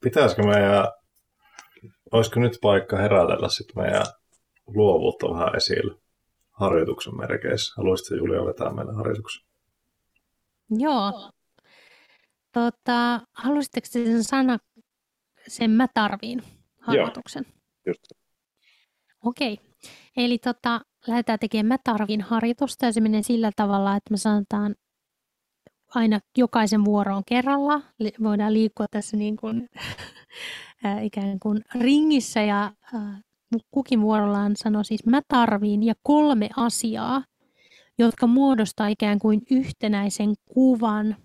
pitäisikö olisiko nyt paikka herätellä sitten meidän luovuutta vähän esille harjoituksen merkeissä? Haluaisitko Julia vetää meille harjoituksen? Joo. Haluaisitteko sen sen mä tarviin harjoituksen? Just. Okei. Eli lähdetään tekemään mä tarviin harjoitusta ja se menee sillä tavalla, että me sanotaan aina jokaisen vuoroon kerralla. Voidaan liikkua tässä niin kuin, ikään kuin ringissä ja kukin vuorollaan sanoo siis mä tarviin ja 3 asiaa, jotka muodostaa ikään kuin yhtenäisen kuvan,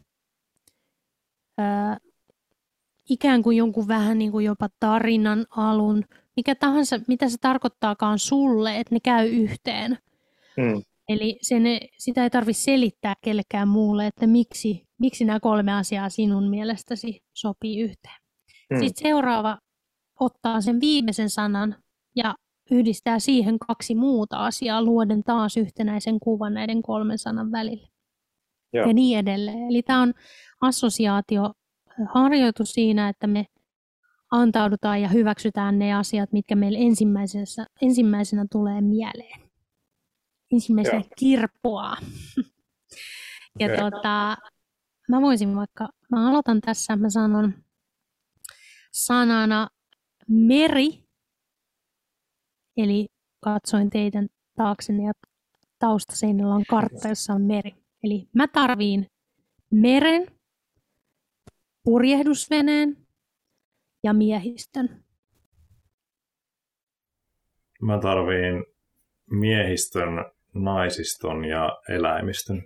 ikään kuin jonkun vähän niin kuin jopa tarinan alun, mikä tahansa, mitä se tarkoittaakaan sulle, että ne käy yhteen. Eli sitä ei tarvitse selittää kellekään muulle, että miksi nämä 3 asiaa sinun mielestäsi sopii yhteen. Sitten seuraava ottaa sen viimeisen sanan ja yhdistää siihen 2 muuta asiaa, luoden taas yhtenäisen kuvan näiden 3 sanan välille. Joo. Ja niin edelleen. Eli tämä on assosiaatioharjoitus siinä, että me antaudutaan ja hyväksytään ne asiat, mitkä meille ensimmäisenä tulee mieleen. Ensimmäisenä kirppuaa. Ja mä voisin mä aloitan tässä, mä sanon sanana meri, eli katsoin teidän taaksenne ja taustaseinällä on kartta, jossa on meri. Eli mä tarviin meren, purjehdusveneen ja miehistön. Mä tarviin miehistön, naisiston ja eläimistön.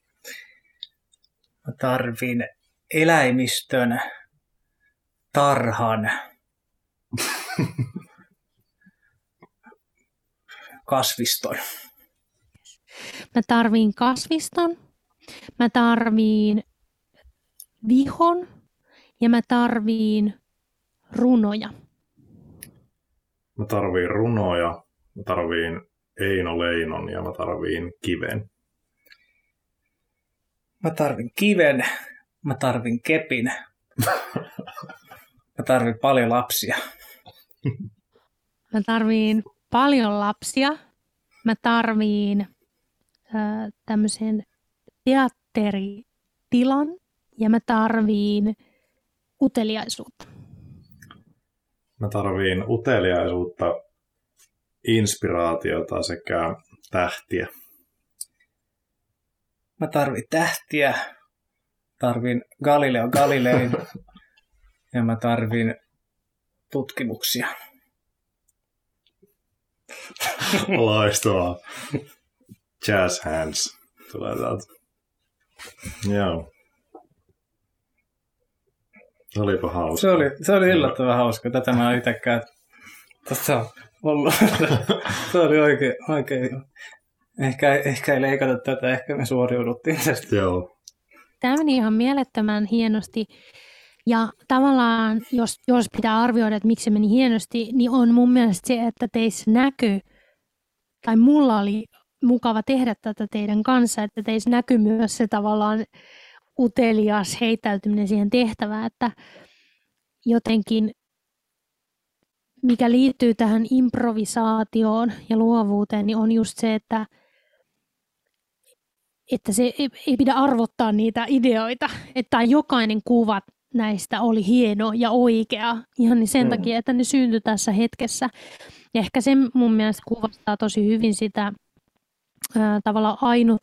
Mä tarviin eläimistön, tarhan, kasviston. Mä tarviin kasviston, mä tarviin vihon ja mä tarviin runoja. Mä tarviin runoja, mä tarviin Eino Leinon ja mä tarviin kiven. Mä tarvin kiven, mä tarvin kepin, mä tarvin paljon lapsia. Mä tarviin paljon lapsia, mä tarviin tämmöisen teatteritilan ja mä tarviin uteliaisuutta. Mä tarviin uteliaisuutta, inspiraatiota sekä tähtiä. Mä tarvin tähtiä, tarvin Galileo Galilein ja mä tarvin tutkimuksia. Loistavaa. Jazz hands tulee täältä. Joo. Olipa hauska. Se oli yllättävän hauska. Tätä mä en itsekään ollut. Se oli oikein. Ehkä ei leikata tätä, ehkä me suoriuduttiin tästä. Joo. Tämä meni ihan mielettömän hienosti. Ja tavallaan, jos pitää arvioida, että miksi se meni hienosti, niin on mun mielestä se, että teissä näkyy, tai mulla oli mukava tehdä tätä teidän kanssa, että teissä näkyy myös se tavallaan utelias heittäytyminen siihen tehtävään, että jotenkin mikä liittyy tähän improvisaatioon ja luovuuteen, niin on just se, että se ei pidä arvottaa niitä ideoita, että jokainen kuva näistä oli hieno ja oikea ihan niin sen takia, että ne syntyi tässä hetkessä. Ja ehkä se mun mielestä kuvastaa tosi hyvin sitä tavallaan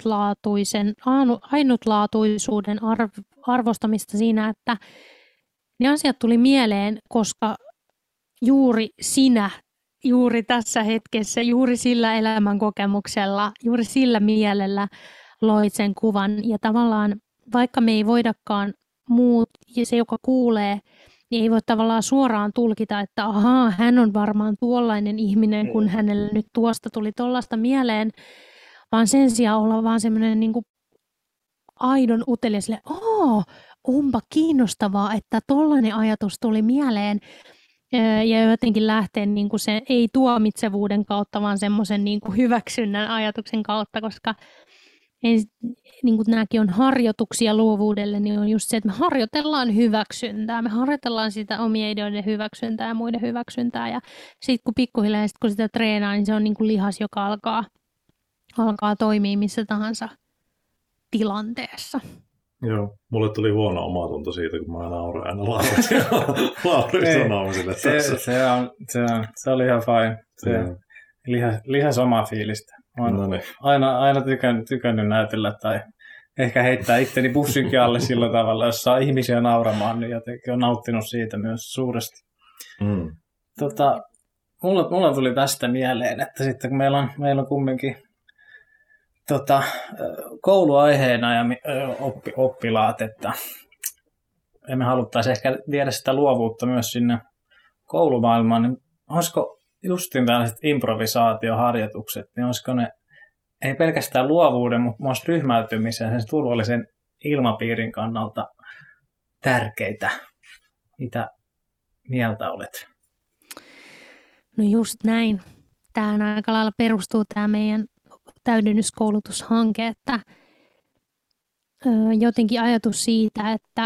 ainutlaatuisuuden arvostamista siinä, että ne asiat tuli mieleen, koska juuri sinä, juuri tässä hetkessä, juuri sillä elämänkokemuksella, juuri sillä mielellä loit sen kuvan. Ja tavallaan vaikka me ei voidakaan muut ja se, joka kuulee, niin ei voi tavallaan suoraan tulkita, että ahaa, hän on varmaan tuollainen ihminen, kun hänelle nyt tuosta tuli tollaista mieleen, vaan sen sijaan olla vaan semmoinen niin kuin aidon utelias, onpa kiinnostavaa, että tollainen ajatus tuli mieleen. Ja jotenkin lähteä niin kuin se ei tuomitsevuuden kautta, vaan semmoisen niin kuin hyväksynnän ajatuksen kautta, koska niin kuin nämäkin on harjoituksia luovuudelle, niin on just se, että me harjoitellaan hyväksyntää. Me harjoitellaan sitä omien ideoiden hyväksyntää ja muiden hyväksyntää. Ja sitten kun pikkuhiljaa, kun sitä treenaa, niin se on niin kuin lihas, joka alkaa toimia missä tahansa tilanteessa. Joo, mulle tuli huono omatunto siitä, kun mä nauran aina Lauri sanoo sille tässä. Se oli ihan fine. Lihas omaa fiilistä. Aina tykännyt näytellä tai ehkä heittää itteni bussinkin alle sillä tavalla, jos saa ihmisiä nauramaan, niin jotenkin on nauttinut siitä myös suuresti. Mulla tuli tästä mieleen, että sitten kun meillä on kumminkin kouluaiheena ja oppilaat, että emme haluttaisi ehkä viedä sitä luovuutta myös sinne koulumaailmaan, niin olisiko justin tällaiset improvisaatioharjoitukset, niin olisiko ne ei pelkästään luovuuden, mutta myös ryhmäytymisen ja sen turvallisen ilmapiirin kannalta tärkeitä? Mitä mieltä olet? No just näin. Tähän aika lailla perustuu tämä meidän täydennyskoulutushanke, että jotenkin ajatus siitä, että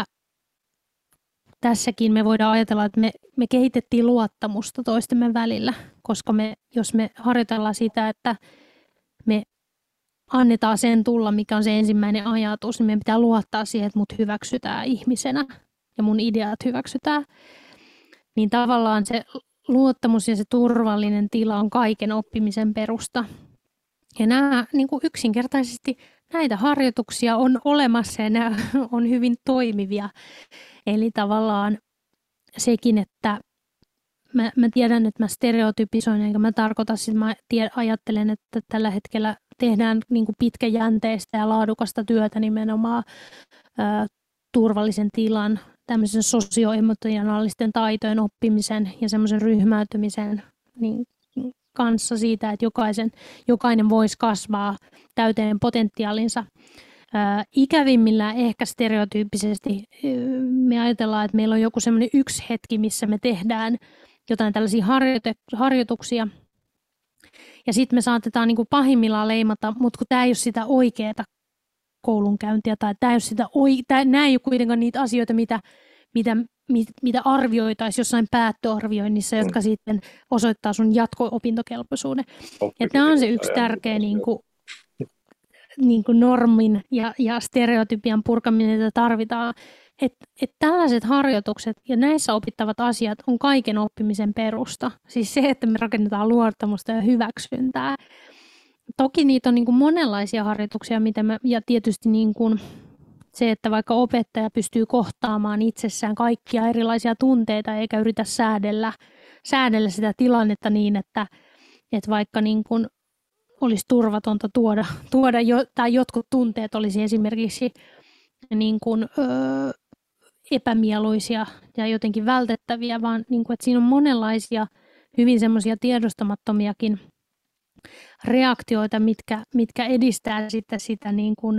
tässäkin me voidaan ajatella, että me kehitettiin luottamusta toistemme välillä, koska jos me harjoitellaan sitä, että me annetaan sen tulla, mikä on se ensimmäinen ajatus, niin meidän pitää luottaa siihen, että mut hyväksytään ihmisenä ja mun ideat hyväksytään. Niin tavallaan se luottamus ja se turvallinen tila on kaiken oppimisen perusta. Ja nämä niin kuin yksinkertaisesti näitä harjoituksia on olemassa ja nämä on hyvin toimivia. Eli tavallaan sekin, että mä tiedän, että mä stereotypisoin, enkä mä tarkoita, että mä ajattelen, että tällä hetkellä tehdään niin kuin pitkäjänteistä ja laadukasta työtä nimenomaan turvallisen tilan, tämmöisen sosioemotionaalisten taitojen oppimisen ja semmoisen ryhmäytymisen niin kanssa siitä, että jokainen voisi kasvaa täyteen potentiaalinsa. Ikävimmillä ehkä stereotyyppisesti me ajatellaan, että meillä on joku semmoinen yksi hetki, missä me tehdään jotain tällaisia harjoituksia. Ja sitten me saatetaan niin kuin pahimmillaan leimata, mutta kun tämä ei ole sitä oikeaa koulunkäyntiä tai nämä ei ole kuitenkaan niitä asioita, mitä arvioitaisiin jossain päättöarvioinnissa, jotka sitten osoittaa sun jatko-opintokelpoisuuden. Ja tämä on se yksi tärkeä niin kuin normin ja stereotypian purkaminen, jota tarvitaan. Että tällaiset harjoitukset ja näissä opittavat asiat on kaiken oppimisen perusta. Siis se, että me rakennetaan luottamusta ja hyväksyntää. Toki niitä on niin kuin monenlaisia harjoituksia, ja tietysti niin kuin se, että vaikka opettaja pystyy kohtaamaan itsessään kaikkia erilaisia tunteita eikä yritä säädellä sitä tilannetta niin, että vaikka niin kuin olisi turvatonta tuoda tai jotkut tunteet olisi esimerkiksi niin kuin, epämieluisia ja jotenkin vältettäviä, vaan niin kuin, että siinä on monenlaisia hyvin semmoisia tiedostamattomiakin reaktioita, mitkä edistää sitten sitä niin kuin,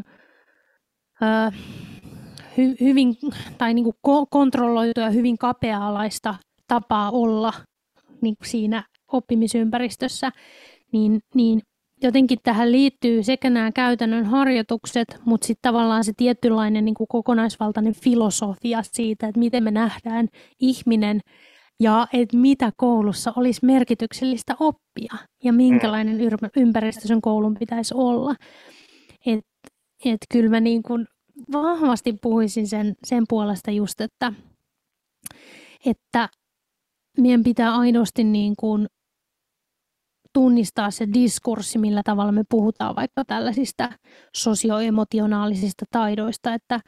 hyvin tai niin kuin kontrolloitua ja hyvin kapea-alaista tapaa olla niin kuin siinä oppimisympäristössä, niin jotenkin tähän liittyy sekä nämä käytännön harjoitukset, mutta sitten tavallaan se tietynlainen niin kuin kokonaisvaltainen filosofia siitä, että miten me nähdään ihminen ja että mitä koulussa olisi merkityksellistä oppia ja minkälainen ympäristö sen koulun pitäisi olla. Et kyllä mä niin kuin vahvasti puhuisin sen puolesta just, että meidän pitää aidosti niin kuin tunnistaa se diskurssi, millä tavalla me puhutaan vaikka tällaisista sosioemotionaalisista taidoista, että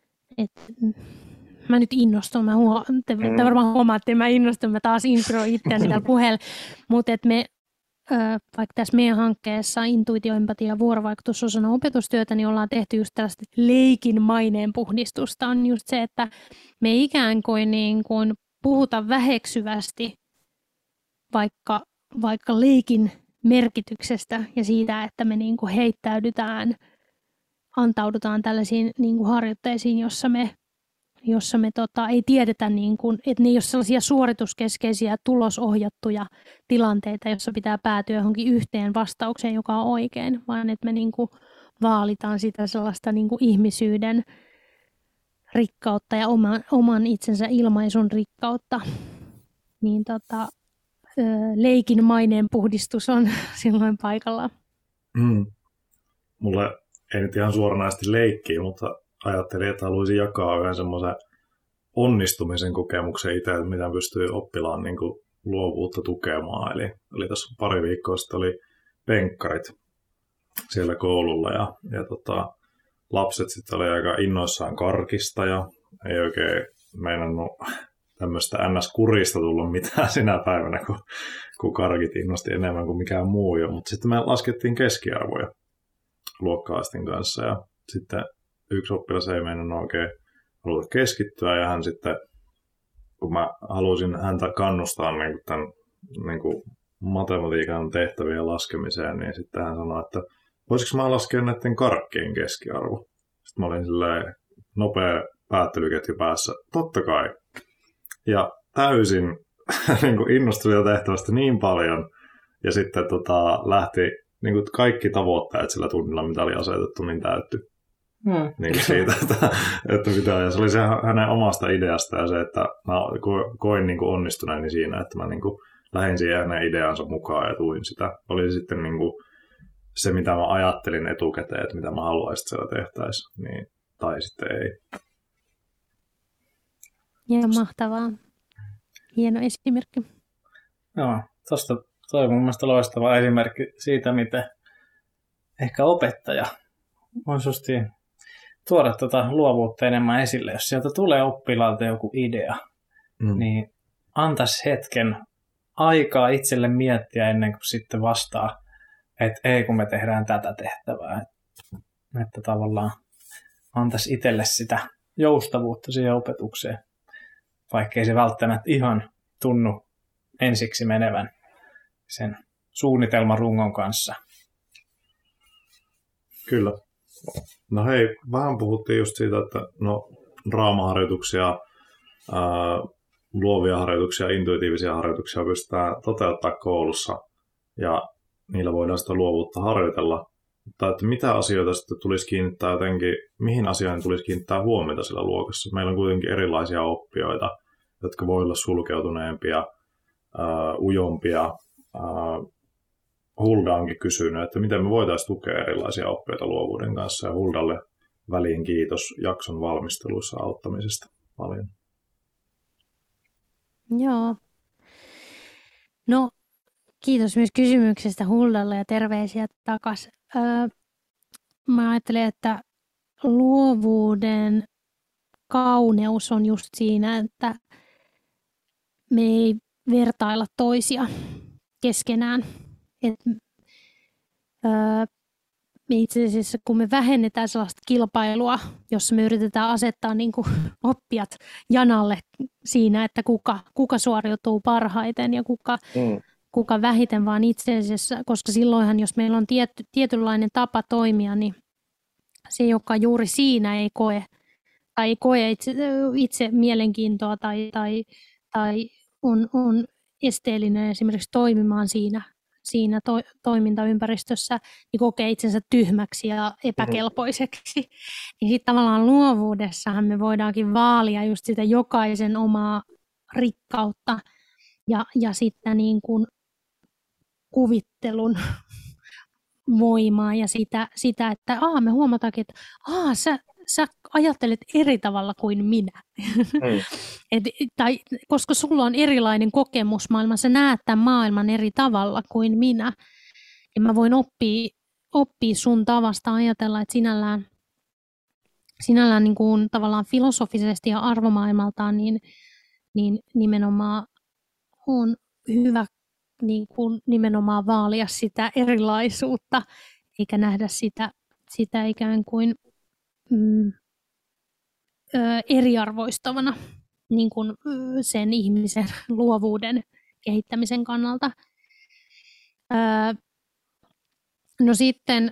mä nyt innostun, te varmaan huomaatte, että mä innostun, mä taas inspiroin itseäni tällä puheella, mutta että me vaikka tässä meidän hankkeessa intuitio, empatia ja vuorovaikutus osana opetustyötä, niin ollaan tehty just tällaista leikin maineen puhdistusta. On just se, että me ikään kuin, puhuta väheksyvästi vaikka leikin merkityksestä ja siitä, että me niin kuin antaudutaan tällaisiin niin kuin harjoitteisiin, jossa me ei tiedetä, niin kuin, että ne ei ole sellaisia suorituskeskeisiä tulosohjattuja tilanteita, jossa pitää päätyä johonkin yhteen vastaukseen, joka on oikein, vaan että me niin kuin vaalitaan sitä sellaista niin kuin ihmisyyden rikkautta ja oman itsensä ilmaisun rikkautta, niin leikin maineen puhdistus on silloin paikallaan. Mulle ei nyt ihan suoranaisesti leikkiä, mutta ajattelin, että haluaisin jakaa yhden semmoisen onnistumisen kokemuksen itse, että miten pystyy oppilaan niin kuin luovuutta tukemaan. Eli tässä pari viikkoa sitten oli penkkarit siellä koululla ja lapset sitten oli aika innoissaan karkista ja ei oikein meinannut tämmöistä NS-kurista tullut mitään sinä päivänä, kun karkit innosti enemmän kuin mikään muu. Mutta sitten me laskettiin keskiarvoja luokka-astin kanssa ja sitten yksi oppilas ei meinannut oikein haluta keskittyä ja hän sitten, kun mä halusin häntä kannustaa tämän matematiikan tehtävien laskemiseen, niin sitten hän sanoi, että voisiko mä laskea näiden karkkien keskiarvo? Sitten mä olin silleen nopea päättelyketju päässä, totta kai. Ja täysin innostui tehtävästä niin paljon, ja sitten lähti kaikki tavoitteet sillä tunnilla, mitä oli asetettu, niin täyttyi. Niin siitä, että pitää. Ja se oli se hänen omasta ideasta ja se, että mä koin onnistuneeni siinä, että mä lähdin siihen hänen ideansa mukaan ja tuin sitä. Oli sitten se, mitä mä ajattelin etukäteen, että mitä mä haluaisin, että siellä tehtäisiin, niin, tai sitten ei. Ja mahtavaa. Hieno esimerkki. Joo, toi on mun mielestä loistava esimerkki siitä, miten ehkä opettaja on justiin tuoda luovuutta enemmän esille. Jos sieltä tulee oppilaalta joku idea, niin antaisi hetken aikaa itselle miettiä ennen kuin sitten vastaa, että ei kun me tehdään tätä tehtävää. Että tavallaan antaisi itselle sitä joustavuutta siihen opetukseen, vaikkei se välttämättä ihan tunnu ensiksi menevän sen suunnitelmarungon kanssa. Kyllä. No hei, vähän puhuttiin just siitä, että draamaharjoituksia, luovia harjoituksia, intuitiivisia harjoituksia pystytään toteuttamaan koulussa ja niillä voidaan sitä luovuutta harjoitella. Mutta että mitä asioita sitten tulisi kiinnittää jotenkin, mihin asioihin tulisi kiinnittää huomiota sillä luokassa? Meillä on kuitenkin erilaisia oppijoita, jotka voi olla sulkeutuneempia, ujompia. Hulda onkin kysynyt, että miten me voitaisiin tukea erilaisia oppijoita luovuuden kanssa, ja Huldalle väliin kiitos jakson valmisteluissa auttamisesta paljon. Joo. No, kiitos myös kysymyksestä Huldalle ja terveisiä takaisin. Mä ajattelen, että luovuuden kauneus on just siinä, että me ei vertailla toisia keskenään. Me itse asiassa, kun me vähennetään sellaista kilpailua, jossa me yritetään asettaa niin kuin oppijat janalle siinä, että kuka suoriutuu parhaiten ja kuka vähiten, vaan itse asiassa, koska silloinhan, jos meillä on tietynlainen tapa toimia, niin se, joka juuri siinä ei koe itse mielenkiintoa tai on esteellinen esimerkiksi toimimaan siinä toimintaympäristössä, niin kokee itsensä tyhmäksi ja epäkelpoiseksi. Niin sitten tavallaan luovuudessahan me voidaankin vaalia just sitä jokaisen omaa rikkautta ja sitten niin kuin kuvittelun voimaa ja sitä että me huomataankin, että sä ajattelet eri tavalla kuin minä. Koska sulla on erilainen kokemus maailmassa, sä näet tämän maailman eri tavalla kuin minä. Ja mä voin oppia sun tavasta ajatella, että sinällään niin kuin tavallaan filosofisesti ja arvomaailmaltaan niin nimenomaan on hyvä niin kuin nimenomaan vaalia sitä erilaisuutta, eikä nähdä sitä ikään kuin eriarvoistavana niin kuin sen ihmisen luovuuden kehittämisen kannalta. No sitten,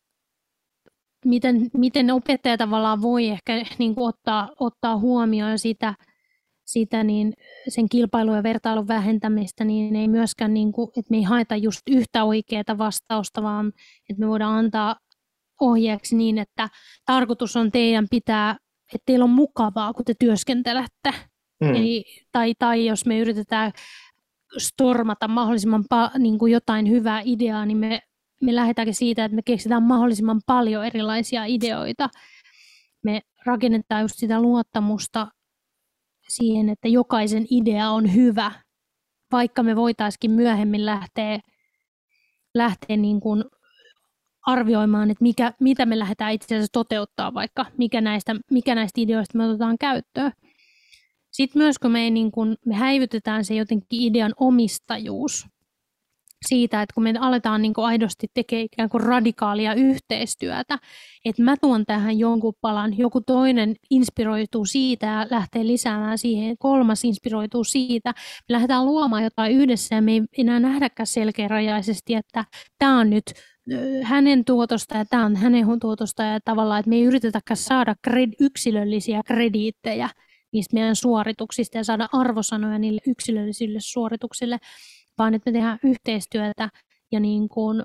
miten opettaja tavallaan voi ehkä niin kuin ottaa huomioon sitä niin sen kilpailun ja vertailun vähentämistä, niin ei myöskään, niin kuin, että me ei haeta just yhtä oikeaa vastausta, vaan että me voidaan antaa ohjeeksi niin, että tarkoitus on teidän pitää, että teillä on mukavaa, kun te työskentelette. Eli, tai jos me yritetään stormata mahdollisimman niin kuin jotain hyvää ideaa, niin me lähdetäänkin siitä, että me keksitään mahdollisimman paljon erilaisia ideoita. Me rakennetaan just sitä luottamusta siihen, että jokaisen idea on hyvä, vaikka me voitaisiin myöhemmin lähteä niin kuin arvioimaan, että mitä me lähdetään itse asiassa toteuttaa, vaikka mikä näistä ideoista me otetaan käyttöön. Sitten myös kun me häivytetään se jotenkin idean omistajuus siitä, että kun me aletaan niin kuin aidosti tekemään ikään kuin radikaalia yhteistyötä, että mä tuon tähän jonkun palan, joku toinen inspiroituu siitä ja lähtee lisäämään siihen, kolmas inspiroituu siitä, me lähdetään luomaan jotain yhdessä ja me ei enää nähdäkään selkeärajaisesti, että tämä on nyt hänen tuotosta ja tämä on hänen tuotosta ja tavallaan, että me ei yritetäkään saada yksilöllisiä krediittejä niistä meidän suorituksista ja saada arvosanoja niille yksilöllisille suorituksille, vaan että me tehdään yhteistyötä ja niin kuin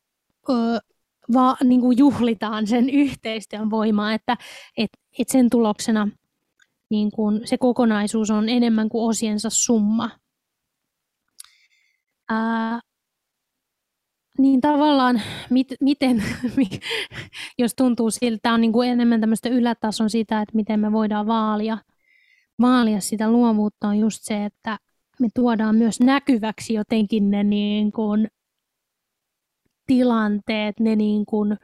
juhlitaan sen yhteistyön voimaa, että sen tuloksena niin kuin se kokonaisuus on enemmän kuin osiensa summa. Niin tavallaan, miten, jos tuntuu siltä, tämä on niin kuin enemmän tämmöistä ylätason sitä, että miten me voidaan vaalia sitä luovuutta, on just se, että me tuodaan myös näkyväksi jotenkin ne niin kuin tilanteet, ne niin kuin,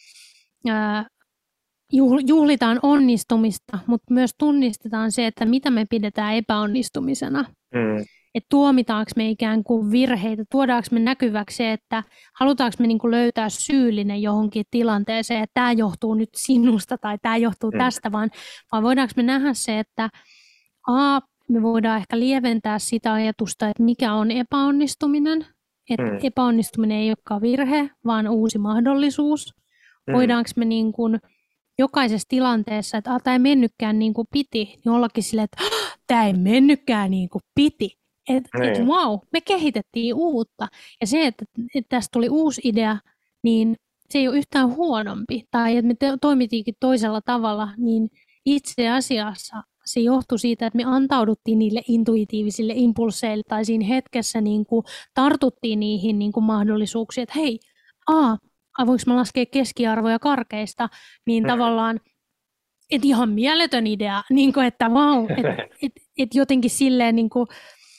juhlitaan onnistumista, mutta myös tunnistetaan se, että mitä me pidetään epäonnistumisena. Että tuomitaanko me ikään kuin virheitä, tuodaanko me näkyväksi se, että halutaanko me niin kuin löytää syyllinen johonkin tilanteeseen, että tämä johtuu nyt sinusta tai tämä johtuu tästä, vaan voidaanko me nähdä se, että me voidaan ehkä lieventää sitä ajatusta, että mikä on epäonnistuminen, että epäonnistuminen ei olekaan virhe, vaan uusi mahdollisuus. Voidaanko me niin kuin jokaisessa tilanteessa, että tämä ei mennytkään niin kuin piti, niin ollakin silleen, että tämä ei mennytkään niin kuin piti. Että wow, me kehitettiin uutta. Ja se, että tästä tuli uusi idea, niin se ei ole yhtään huonompi. Tai että me toimitiinkin toisella tavalla, niin itse asiassa se johtui siitä, että me antauduttiin niille intuitiivisille impulseille tai siinä hetkessä niin kuin tartuttiin niihin niin kuin mahdollisuuksiin, että hei, voinko mä laskea keskiarvoja karkeista, niin tavallaan, että ihan mieletön idea, niin kuin, että vau, että jotenkin silleen, niin kuin,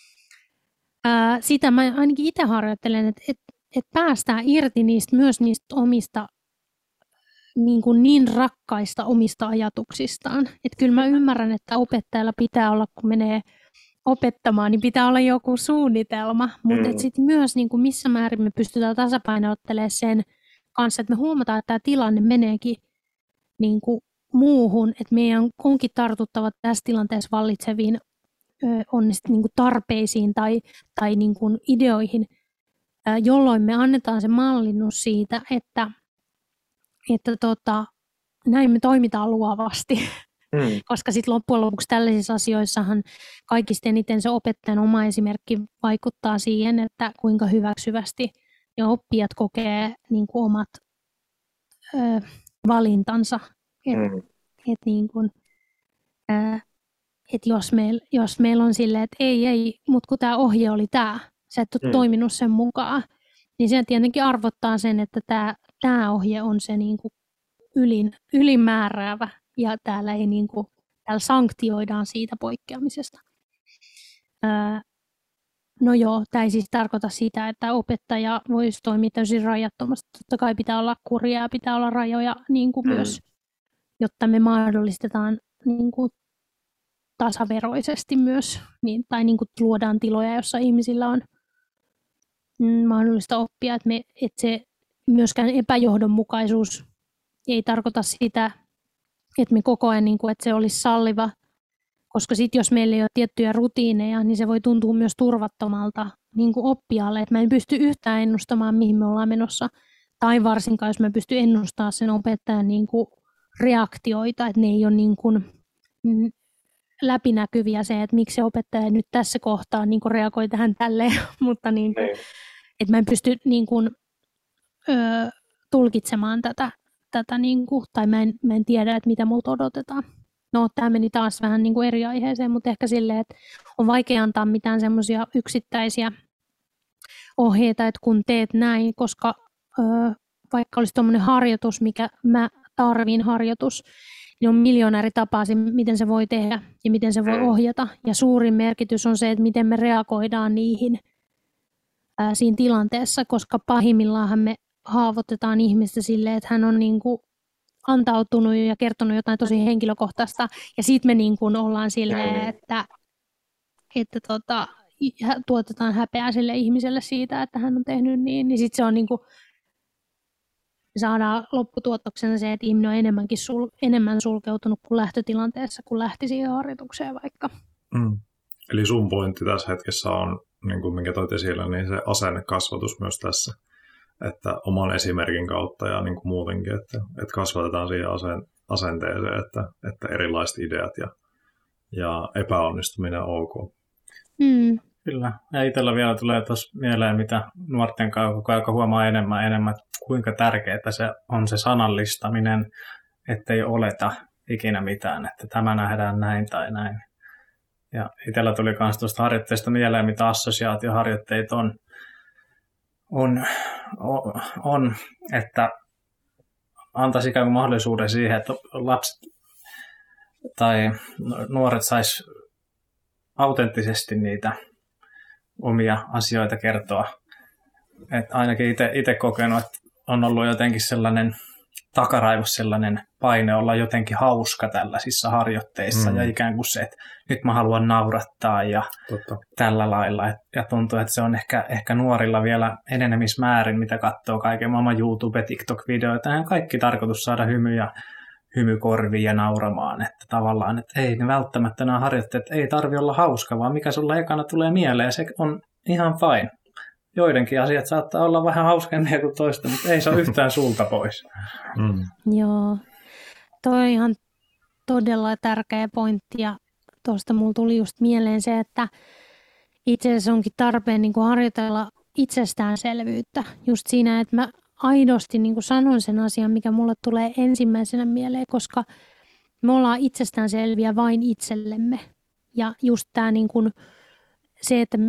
sitä mä ainakin itse harjoittelen, että päästään irti myös niistä omista niin rakkaista omista ajatuksistaan. Että kyllä mä ymmärrän, että opettajalla pitää olla, kun menee opettamaan, niin pitää olla joku suunnitelma, mutta sitten myös niin kuin missä määrin me pystytään tasapainottelemaan sen kanssa, että me huomataan, että tämä tilanne meneekin niin kuin muuhun, että meidän onkin tartuttava tässä tilanteessa vallitseviin niin kuin tarpeisiin tai niin kuin ideoihin, jolloin me annetaan se mallinnus siitä, että näin me toimitaan luovasti, koska sitten loppujen lopuksi tällaisissa asioissahan kaikista eniten se opettajan oma esimerkki vaikuttaa siihen, että kuinka hyväksyvästi ne oppijat kokee niin kuin omat valintansa. Jos meillä on silleen, että ei, mutta kun tämä ohje oli tämä, sä et ole toiminut sen mukaan, niin se tietenkin arvottaa sen, että tämä ohje on se niin kuin ylimääräävä ja täällä sanktioidaan siitä poikkeamisesta. No joo, tämä ei siis tarkoita sitä, että opettaja voisi toimia täysin rajattomasti. Totta kai pitää olla kuria ja pitää olla rajoja niin kuin myös, jotta me mahdollistetaan niin kuin tasaveroisesti myös, tai niin kuin luodaan tiloja, jossa ihmisillä on mahdollista oppia, että se myöskään epäjohdonmukaisuus ei tarkoita sitä, että me koko ajan, niin kuin, että se olisi salliva, koska sitten jos meillä ei ole tiettyjä rutiineja, niin se voi tuntua myös turvattomalta niin kuin oppijalle, että mä en pysty yhtään ennustamaan, mihin me ollaan menossa, tai varsinkaan, jos mä pystyn ennustamaan sen opettajan niin kuin reaktioita, että ne ei ole niin kuin läpinäkyviä se, että miksi se opettaja nyt tässä kohtaa niin kuin reagoi tähän tälleen, mutta niin kuin, että mä en pysty niin kuin, tulkitsemaan tätä tätä, niin kuin, tai mä en tiedä, että mitä multa odotetaan. No, tämä meni taas vähän niin kuin eri aiheeseen, mutta ehkä silleen, että on vaikea antaa mitään semmoisia yksittäisiä ohjeita, että kun teet näin, koska vaikka olisi tuommoinen harjoitus, mikä mä tarvin harjoitus, niin on miljoona eri tapaa, miten se voi tehdä ja miten se voi ohjata. Ja suurin merkitys on se, että miten me reagoidaan niihin siinä tilanteessa, koska pahimmillaan me haavoitetaan ihmistä silleen, että hän on niin kuin antautunut ja kertonut jotain tosi henkilökohtaista. Ja sitten me niin kuin ollaan silleen, että tuotetaan häpeää sille ihmiselle siitä, että hän on tehnyt niin sitten se on niin kuin, saadaan lopputuotoksena se, että ihminen on enemmän sulkeutunut kuin lähtötilanteessa, kun lähti siihen harjoitukseen vaikka. Eli sun pointti tässä hetkessä on, niin kuin minkä toit esille, niin se asennekasvatus myös tässä, että oman esimerkin kautta ja niin kuin muutenkin, että kasvatetaan siihen asenteeseen, että erilaiset ideat ja epäonnistuminen on ok. Kyllä. Ja itsellä vielä tulee tuossa mieleen, mitä nuorten kanssa koko ajan huomaa enemmän, kuinka tärkeää se on se sanallistaminen, ettei oleta ikinä mitään, että tämä nähdään näin tai näin. Ja itsellä tuli myös tuosta harjoitteesta mieleen, mitä assosiaatioharjoitteet on, että antaisi ikään kuin mahdollisuuden siihen, että lapset tai nuoret sais autenttisesti niitä omia asioita kertoa. Et ainakin itse kokenut, että on ollut jotenkin sellainen takaraivossa sellainen paine olla jotenkin hauska tällaisissa harjoitteissa ja ikään kuin se, että nyt mä haluan naurattaa ja tällä lailla. Ja tuntuu, että se on ehkä nuorilla vielä enenemismäärin, mitä katsoo kaiken maailman YouTube- TikTok-videoita. Ja kaikki tarkoitus saada hymykorviin ja nauramaan. Että tavallaan, että ei ne välttämättä nämä harjoitteet ei tarvitse olla hauska, vaan mikä sulla ekana tulee mieleen, se on ihan fine. Joidenkin asiat saattaa olla vähän hauskempia kuin toista, mutta ei se ole yhtään sulta pois. Joo, toi on ihan todella tärkeä pointti ja tuosta mulla tuli just mieleen se, että itse asiassa onkin tarpeen niin kuin harjoitella itsestäänselvyyttä just siinä, että mä aidosti niin kuin sanon sen asian, mikä mulle tulee ensimmäisenä mieleen, koska me ollaan itsestäänselviä vain itsellemme ja just tämä niin kuin se, että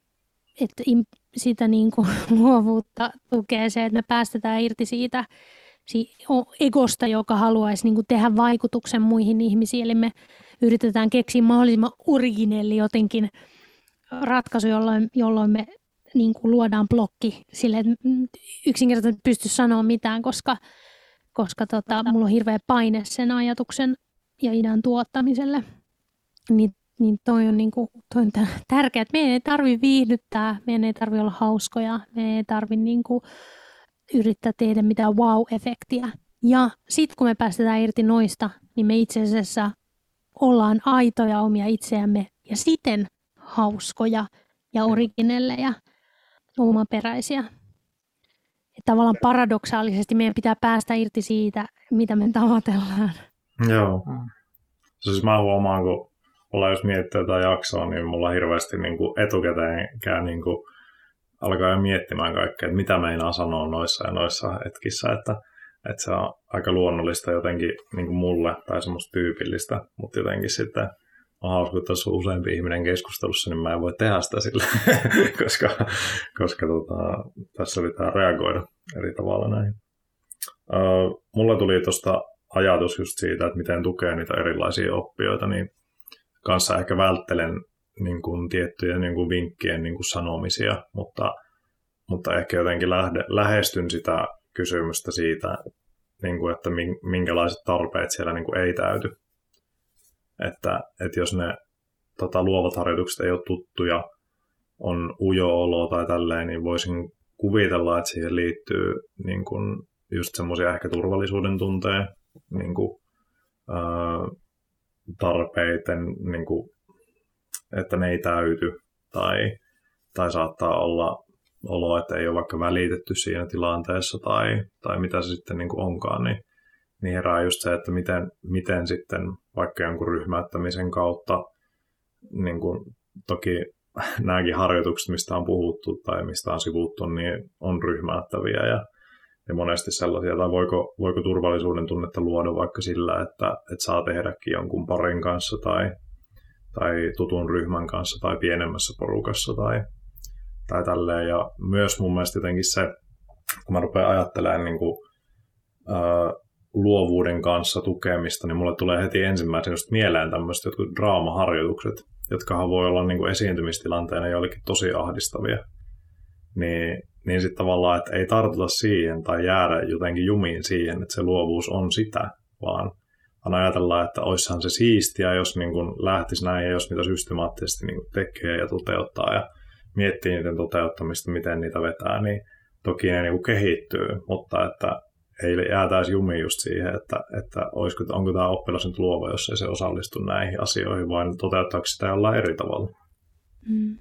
sitä niin kuin luovuutta tukee se, että me päästetään irti siitä egosta, joka haluaisi niin kuin tehdä vaikutuksen muihin ihmisiin. Eli me yritetään keksiä mahdollisimman originelli jotenkin ratkaisu, jolloin me niin kuin luodaan blokki sille, että yksinkertaisesti pysty sanoa mitään, koska mulla on hirveä paine sen ajatuksen ja idean tuottamiselle. Niin toi on tärkeää, että meidän ei tarvitse viihdyttää, meidän ei tarvitse olla hauskoja, meidän ei tarvitse niinku yrittää tehdä mitään wow-efektiä. Ja sitten kun me päästetään irti noista, niin me itse asiassa ollaan aitoja omia itseämme ja siten hauskoja ja originelleja, omaperäisiä. Ja tavallaan paradoksaalisesti meidän pitää päästä irti siitä, mitä me tavoitellaan. Joo. Siis mä huomaan, kun jos miettii tätä jaksoa, niin mulla hirveästi niin kuin etukäteen niin kuin alkaa jo miettimään kaikkea, että mitä meinaa sanoa noissa ja noissa hetkissä, että se on aika luonnollista jotenkin niin kuin mulle tai semmoista tyypillistä, mutta jotenkin sitten on hauska, että jos on useampi ihminen keskustelussa, niin mä en voi tehdä sitä sillä, koska tässä pitää reagoida eri tavalla näin. Mulle tuli tuosta ajatus just siitä, että miten tukee niitä erilaisia oppijoita, niin kanssa ehkä välttelen niin kuin tiettyjä niin kuin vinkkien niin kuin sanomisia, mutta ehkä jotenkin lähestyn sitä kysymystä siitä, niin kuin, että minkälaiset tarpeet siellä niin kuin ei täyty. Että jos ne luovat harjoitukset ei ole tuttuja, on ujo olo tai tälleen, niin voisin kuvitella, että siihen liittyy niin kuin just semmoisia ehkä turvallisuuden tunteen niin kuin, tarpeiden, niin kuin, että ne ei täyty, tai saattaa olla olo, että ei ole vaikka välitetty siinä tilanteessa, tai mitä se sitten niin kuin onkaan, niin herää just se, että miten sitten vaikka jonkun ryhmäyttämisen kautta, niin kuin, toki nämäkin harjoitukset, mistä on puhuttu tai mistä on sivuttu, niin on ryhmäyttäviä, Ja monesti sellaisia, tai voiko turvallisuuden tunnetta luoda vaikka sillä, että saa tehdäkin jonkun parin kanssa tai tutun ryhmän kanssa tai pienemmässä porukassa tai tälleen. Ja myös mun mielestä jotenkin se, kun mä rupean ajattelemaan niin kuin, luovuuden kanssa tukemista, niin mulle tulee heti ensimmäisenä just mieleen tämmöiset jotkut draamaharjoitukset, jotka voi olla niin kuin esiintymistilanteena joillekin tosi ahdistavia. Niin sitten tavallaan, että ei tartuta siihen tai jäädä jotenkin jumiin siihen, että se luovuus on sitä, vaan ajatellaan, että oissahan se siistiä, jos niin kuin lähtisi näin ja jos niitä systemaattisesti niin kuin tekee ja toteuttaa ja miettii niiden toteuttamista, miten niitä vetää, niin toki ne niin kuin kehittyy, mutta että ei jäätäisi jumiin just siihen, että onko tämä oppilas nyt luova, jos ei se osallistu näihin asioihin, vaan toteuttaako sitä jollain eri tavalla. Mm.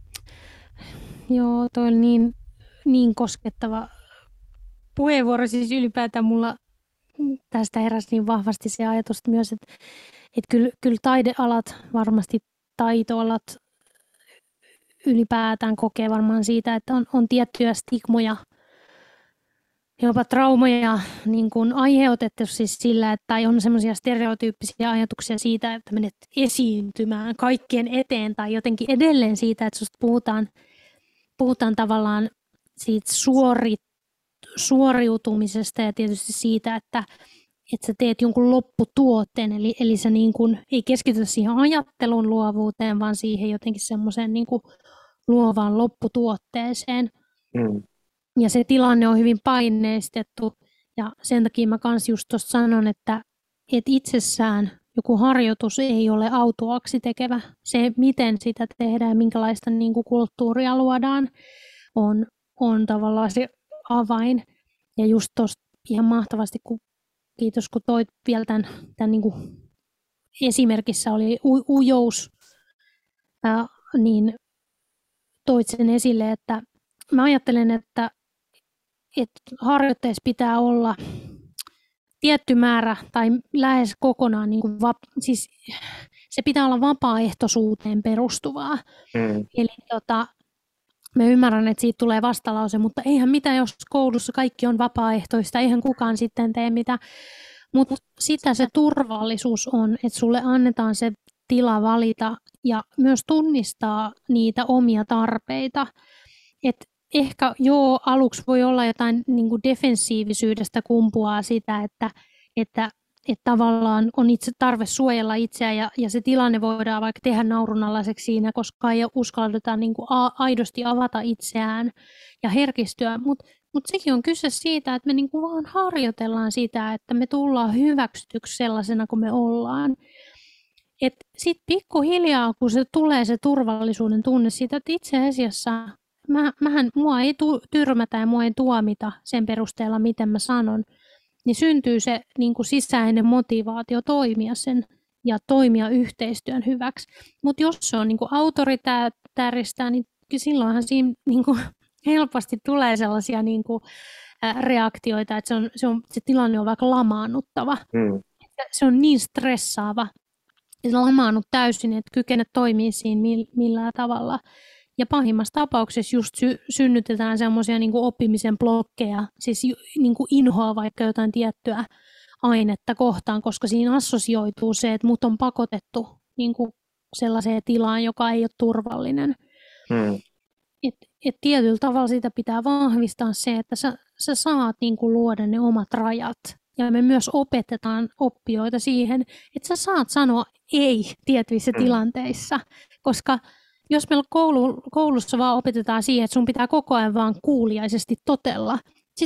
Joo, toi on niin koskettava puheenvuoro. Siis ylipäätään mulla tästä heräsi niin vahvasti se ajatus myös, että kyllä taidealat, varmasti taitoalat ylipäätään kokee varmaan siitä, että on tiettyjä stigmoja, jopa traumoja niin kuin aiheutettu siis sillä, että on semmoisia stereotyyppisiä ajatuksia siitä, että menet esiintymään kaikkien eteen tai jotenkin edelleen siitä, että susta puhutaan tavallaan siitä suoriutumisesta ja tietysti siitä, että sä teet jonkun lopputuotteen, eli sä niin kuin ei keskitytä siihen ajattelun luovuuteen, vaan siihen jotenkin semmoiseen niin kuin luovaan lopputuotteeseen. Mm. Ja se tilanne on hyvin paineistettu ja sen takia mä kans just tuossa sanon, että itsessään joku harjoitus ei ole autuaaksi tekevä. Se, miten sitä tehdään ja minkälaista niin kuin kulttuuria luodaan, on tavallaan se avain. Ja just tuossa ihan mahtavasti, kiitos kun toit vielä tämän niin kuin esimerkissä oli ujous, niin toit sen esille, että mä ajattelen, että harjoitteessa pitää olla tietty määrä tai lähes kokonaan, niin kuin siis se pitää olla vapaaehtoisuuteen perustuvaa. Mm. Eli mä ymmärrän, että siitä tulee vastalause, mutta eihän mitään, jos koulussa kaikki on vapaaehtoista, eihän kukaan sitten tee mitä. Mutta sitä se turvallisuus on, että sulle annetaan se tila valita ja myös tunnistaa niitä omia tarpeita. Et ehkä aluksi voi olla jotain niin kuin defensiivisyydestä kumpuaa sitä, että tavallaan on itse tarve suojella itseä ja se tilanne voidaan vaikka tehdä naurunalaiseksi siinä, koska ei uskalletaan niin kuin aidosti avata itseään ja herkistyä. Mutta sekin on kyse siitä, että me niin kuin vaan harjoitellaan sitä, että me tullaan hyväksytyksi sellaisena kuin me ollaan. Sitten pikkuhiljaa, kun se tulee se turvallisuuden tunne siitä, että itse asiassa mua ei tyrmätä ja mua ei tuomita sen perusteella, miten mä sanon, niin syntyy se niin kuin sisäinen motivaatio toimia sen ja toimia yhteistyön hyväksi. Mutta jos se on niin kuin autoritääristä, niin silloinhan siinä niin kuin helposti tulee sellaisia niin kuin reaktioita, että se tilanne on vaikka lamaannuttava. Mm. Se on niin stressaava, että lamaannut täysin, että kykene toimia siinä millään tavalla. Ja pahimmassa tapauksessa just synnytetään semmoisia niin kuin oppimisen blokkeja, siis niin kuin inhoa vaikka jotain tiettyä ainetta kohtaan, koska siinä assosioituu se, että mut on pakotettu niin kuin sellaiseen tilaan, joka ei ole turvallinen. Hmm. Et tietyllä tavalla sitä pitää vahvistaa se, että sä saat niin kuin luoda ne omat rajat. Ja me myös opetetaan oppijoita siihen, että sä saat sanoa ei tietyissä tilanteissa, koska jos meillä koulussa vaan opetetaan siihen, että sun pitää koko ajan vaan kuuliaisesti totella,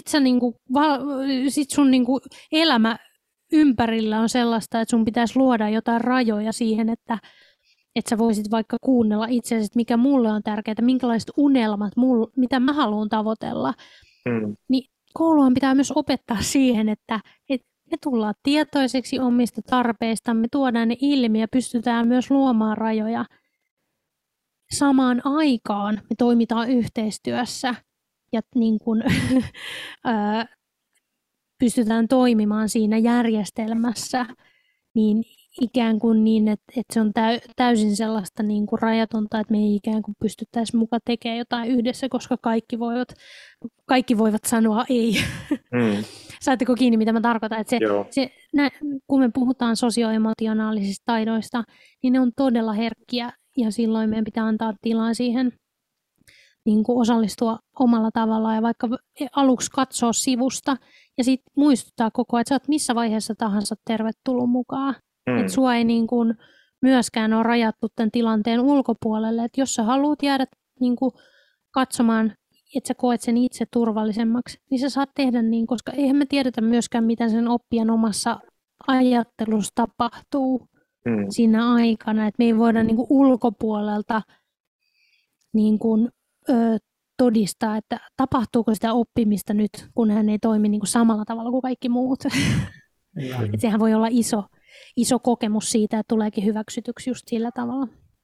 sit sun niinku elämä ympärillä on sellaista, että sun pitäisi luoda jotain rajoja siihen, että sä voisit vaikka kuunnella itseäsi, mikä mulle on tärkeää, minkälaiset unelmat, mitä mä haluan tavoitella. Niin kouluhan pitää myös opettaa siihen, että me tullaan tietoiseksi omista tarpeista, me tuodaan ne ilmi ja pystytään myös luomaan rajoja. Samaan aikaan me toimitaan yhteistyössä ja niin kun, pystytään toimimaan siinä järjestelmässä niin ikään kuin niin, että se on täysin sellaista niin kuin rajatonta, että me ei ikään kuin pystyttäisiin muka tekemään jotain yhdessä, koska kaikki voivat sanoa ei. Saatteko kiinni, mitä mä tarkoitan? Että kun me puhutaan sosioemotionaalisista taidoista, niin ne on todella herkkiä ja silloin meidän pitää antaa tilaa siihen niin kuin osallistua omalla tavallaan ja vaikka aluksi katsoa sivusta ja sitten muistuttaa koko ajan, että sä oot missä vaiheessa tahansa tervetullut mukaan. Että sua ei niin kuin myöskään ole rajattu tämän tilanteen ulkopuolelle. Että jos sä haluat jäädä niin kuin katsomaan, että sä koet sen itse turvallisemmaksi, niin sä saat tehdä niin, koska eihän me tiedetä myöskään, mitä sen oppijan omassa ajattelussa tapahtuu siinä aikana. Että me ei voida niin kuin ulkopuolelta niin kuin, todistaa, että tapahtuuko sitä oppimista nyt, kun hän ei toimi niin kuin samalla tavalla kuin kaikki muut. Että sehän voi olla iso kokemus siitä, että tuleekin hyväksytyksi just sillä tavalla.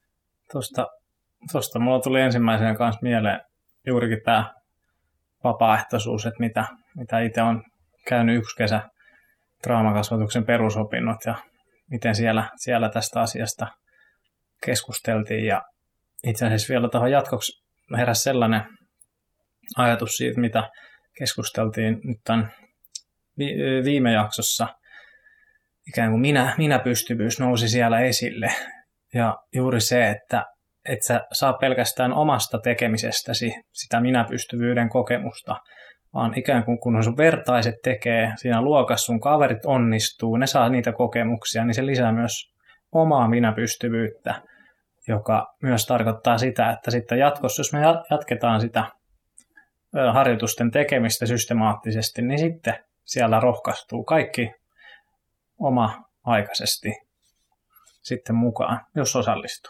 Tuosta mulla tuli ensimmäisenä kanssa mieleen juurikin tämä vapaaehtoisuus, että mitä itse on käynyt yksi kesä draamakasvatuksen perusopinnot ja miten siellä tästä asiasta keskusteltiin. Ja itse asiassa vielä tuohon jatkoksi heräsi sellainen ajatus siitä, mitä keskusteltiin nyt tämän viime jaksossa. Ikään kuin minä-pystyvyys nousi siellä esille. Ja juuri se, että et sä saa pelkästään omasta tekemisestäsi sitä minä-pystyvyyden kokemusta, vaan ikään kuin kun sun vertaiset tekee siinä luokassa, sun kaverit onnistuu, ne saa niitä kokemuksia, niin se lisää myös omaa minä-pystyvyyttä, joka myös tarkoittaa sitä, että sitten jatkossa, jos me jatketaan sitä harjoitusten tekemistä systemaattisesti, niin sitten siellä rohkaistuu kaikki oma-aikaisesti sitten mukaan, jos osallistuu.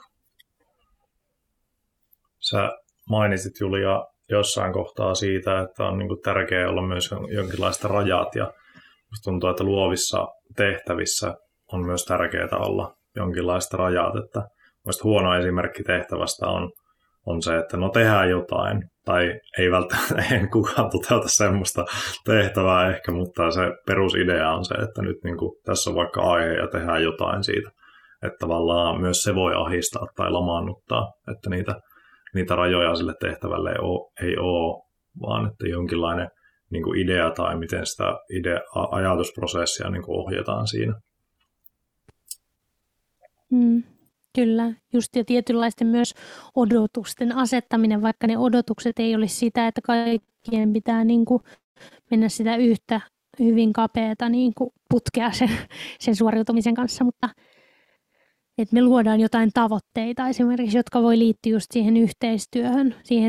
Sä mainitsit, Julia, jossain kohtaa siitä, että on niin kuin tärkeää olla myös jonkinlaiset rajat, ja musta tuntuu, että luovissa tehtävissä on myös tärkeää olla jonkinlaiset rajat, että mielestäni huono esimerkki tehtävästä on se, että no tehdään jotain, tai ei välttämättä en kukaan toteuta semmoista tehtävää ehkä, mutta se perusidea on se, että nyt niin kuin, tässä on vaikka aihe ja tehdään jotain siitä, että tavallaan myös se voi ahistaa tai lamaannuttaa, että niitä rajoja sille tehtävälle ei ole, vaan että jonkinlainen niin kuin idea tai miten sitä ajatusprosessia niin kuin ohjataan siinä. Kyllä, just ja tietynlaisten myös odotusten asettaminen, vaikka ne odotukset ei olisi sitä, että kaikkien pitää niin kuin mennä sitä yhtä hyvin kapeata niin kuin putkea sen suoriutumisen kanssa, mutta että me luodaan jotain tavoitteita esimerkiksi, jotka voi liittyä just siihen yhteistyöhön, siihen,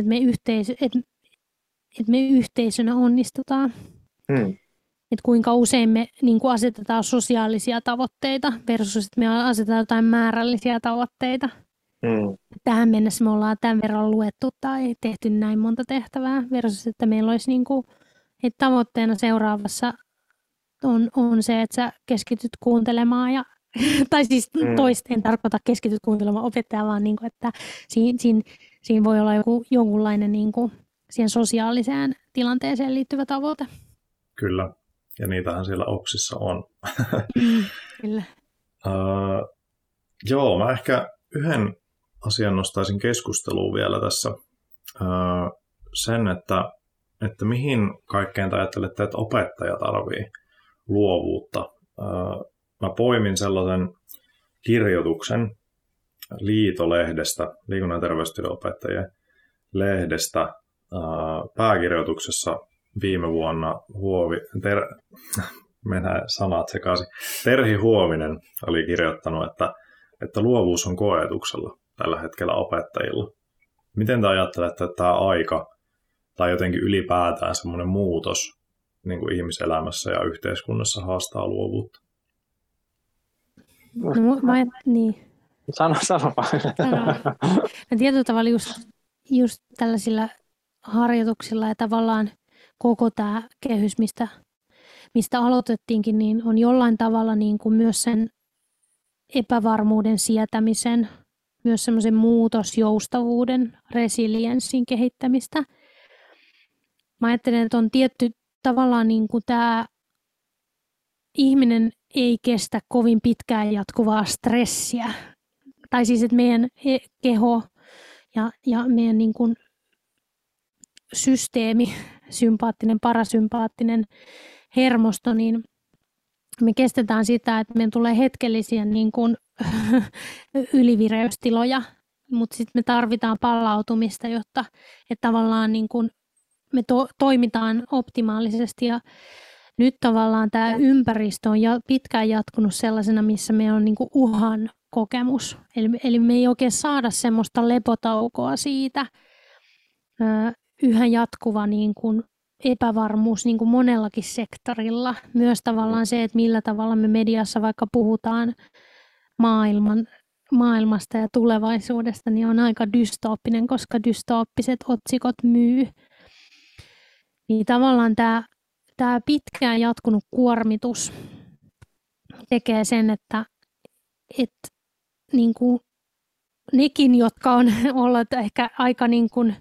että me yhteisönä onnistutaan. Että kuinka usein me niin kuin asetetaan sosiaalisia tavoitteita versus, että me asetetaan jotain määrällisiä tavoitteita. Tähän mennessä me ollaan tämän verran luettu tai tehty näin monta tehtävää versus, että meillä olisi niin kuin, että tavoitteena seuraavassa on se, että sä keskityt kuuntelemaan tai siis toista en tarkoita keskityt kuuntelemaan opettajaa, vaan niin kuin, että siinä voi olla jonkunlainen niin kuin siihen sosiaaliseen tilanteeseen liittyvä tavoite. Kyllä, ja niitähän siellä OPSissa on. Kyllä. Joo, mä ehkä yhden asian nostaisin keskusteluun vielä tässä. Sen, että mihin kaikkeen te ajattelette, että opettaja tarvii luovuutta. Mä poimin sellaisen kirjoituksen Liito-lehdestä, liikunnan- ja terveystiedon opettajien lehdestä. Pääkirjoituksessa viime vuonna mennään sanat sekaisin. Terhi Huovinen oli kirjoittanut, että luovuus on koetuksella tällä hetkellä opettajilla. Miten te ajattelette, että tämä aika tai jotenkin ylipäätään semmoinen muutos niin kuin ihmiselämässä ja yhteiskunnassa haastaa luovuutta? No, niin. Sano vaan. Tietyllä tavalla just tällaisilla harjoituksilla ja tavallaan koko tämä kehys, mistä aloitettiinkin, niin on jollain tavalla niin kuin myös sen epävarmuuden sietämisen, myös semmoisen muutosjoustavuuden, resilienssin kehittämistä. Mä ajattelen, että on tietty tavallaan niin kuin tämä ihminen ei kestä kovin pitkään jatkuvaa stressiä. Tai siis, että meidän keho ja meidän niin kuin systeemi, sympaattinen, parasympaattinen hermosto, niin me kestetään sitä, että meidän tulee hetkellisiä niin kuin ylivireystiloja, mutta sitten me tarvitaan palautumista, jotta että tavallaan niin kuin me toimitaan optimaalisesti. Ja nyt tavallaan tämä ympäristö on pitkään jatkunut sellaisena, missä me on niin kuin uhan kokemus. Eli me ei oikein saada semmoista lepotaukoa siitä. Yhä jatkuva niin kuin epävarmuus niin kuin monellakin sektorilla. Myös tavallaan se, että millä tavalla me mediassa vaikka puhutaan maailmasta ja tulevaisuudesta, niin on aika dystooppinen, koska dystooppiset otsikot myy. Niin tavallaan tämä pitkään jatkunut kuormitus tekee sen, että niin kuin nekin, jotka on olleet ehkä aika niin kuin,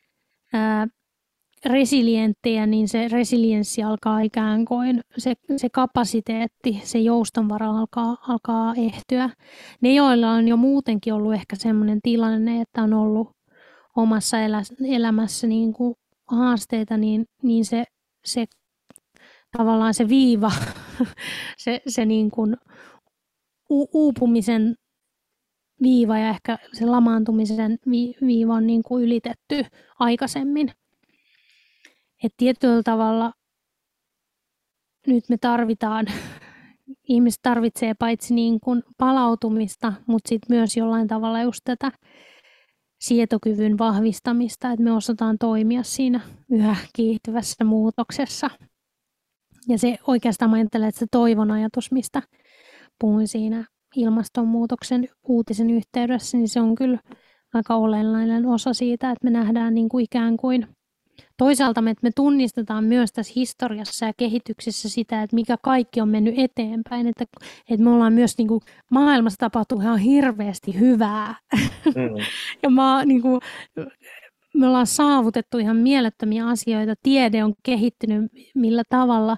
resilienttejä, niin se resilienssi alkaa ikään kuin, se kapasiteetti, se joustonvara alkaa ehtyä. Ne, joilla on jo muutenkin ollut ehkä sellainen tilanne, että on ollut omassa elämässä niin kuin haasteita, niin se tavallaan se viiva, se niin kuin uupumisen viiva ja ehkä se lamaantumisen viiva on niin kuin ylitetty aikaisemmin. Et tietyllä tavalla nyt me ihmiset tarvitsee paitsi niin kuin palautumista, mutta sitten myös jollain tavalla just tätä sietokyvyn vahvistamista, että me osataan toimia siinä yhä kiihtyvässä muutoksessa. Ja se oikeastaan mä ajattelen, että se toivon ajatus, mistä puhuin siinä ilmastonmuutoksen uutisen yhteydessä, niin se on kyllä aika olennainen osa siitä, että me nähdään niin kuin ikään kuin toisaalta että me tunnistetaan myös tässä historiassa ja kehityksessä sitä, että mikä kaikki on mennyt eteenpäin, että me ollaan myös niin kuin, maailmassa tapahtuu ihan hirveästi hyvää. Ja niin kuin, me ollaan saavutettu ihan mielettömiä asioita, tiede on kehittynyt millä tavalla